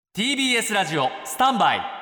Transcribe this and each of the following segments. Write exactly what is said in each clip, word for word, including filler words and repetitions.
ティービーエス ラジオスタンバイ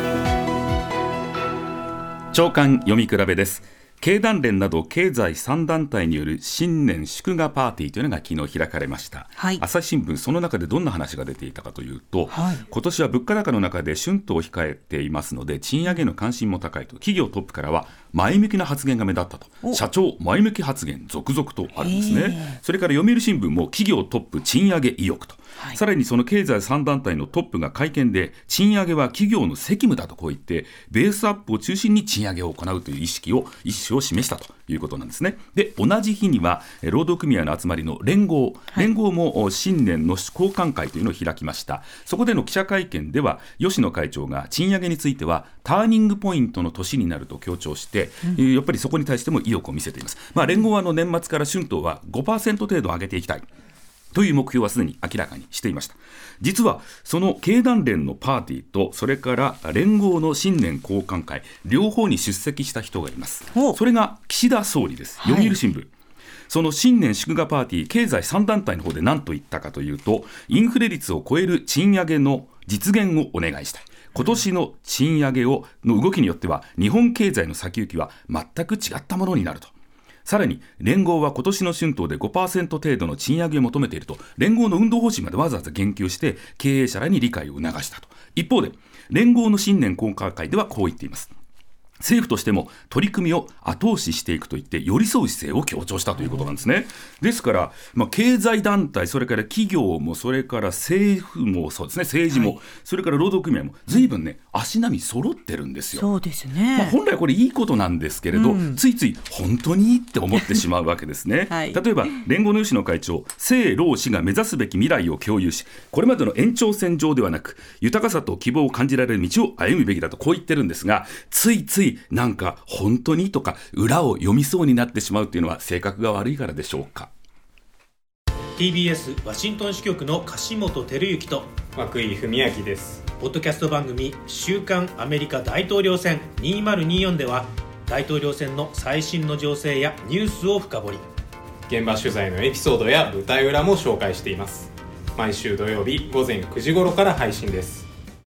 朝刊読み比べです。経団連など経済さん団体による新年祝賀パーティーというのが昨日開かれました、はい、朝日新聞その中でどんな話が出ていたかというと、はい、今年は物価高の中で春闘を控えていますので賃上げの関心も高いと、企業トップからは前向きな発言が目立ったと、社長前向き発言続々とあるんですね。それから読売新聞も企業トップ賃上げ意欲と、はい、さらにその経済さん団体のトップが会見で賃上げは企業の責務だとこう言ってベースアップを中心に賃上げを行うという意識を意思を示したということなんですね。で同じ日には労働組合の集まりの連合、はい、連合も新年の交換会というのを開きました。そこでの記者会見では吉野会長が賃上げについてはターニングポイントの年になると強調して、うん、やっぱりそこに対しても意欲を見せています。まあ、連合はあの年末から春闘は ごパーセント 程度上げていきたいという目標はすでに明らかにしていました。実はその経団連のパーティーとそれから連合の新年交換会両方に出席した人がいます。それが岸田総理です。読売新聞、はい、その新年祝賀パーティー経済さん団体の方で何と言ったかというと、インフレ率を超える賃上げの実現をお願いしたい。今年の賃上げをの動きによっては日本経済の先行きは全く違ったものになると。さらに連合は今年の春闘で ごパーセント 程度の賃上げを求めていると連合の運動方針までわざわざ言及して経営者らに理解を促したと。一方で連合の新年交換会ではこう言っています。政府としても取り組みを後押ししていくと言って寄り添う姿勢を強調したということなんですね。ですから、まあ、経済団体それから企業もそれから政府もそうですね、政治も、はい、それから労働組合も随分ね足並み揃ってるんですよ。 そうですね、 まあ、本来これいいことなんですけれど、うん、ついつい本当にいいって思ってしまうわけですね、はい、例えば連合の吉野会長、政労使が目指すべき未来を共有しこれまでの延長線上ではなく豊かさと希望を感じられる道を歩むべきだとこう言ってるんですが、ついついなんか本当にとか裏を読みそうになってしまうというのは性格が悪いからでしょうか。 ティービーエス ワシントン支局の樫本照之と涌井文明です。 ポッドキャスト番組週刊アメリカ大統領選にせんにじゅうよんでは大統領選の最新の情勢やニュースを深掘り、 現場取材のエピソードや舞台裏も紹介しています。毎週土曜日午前くじ頃から配信です。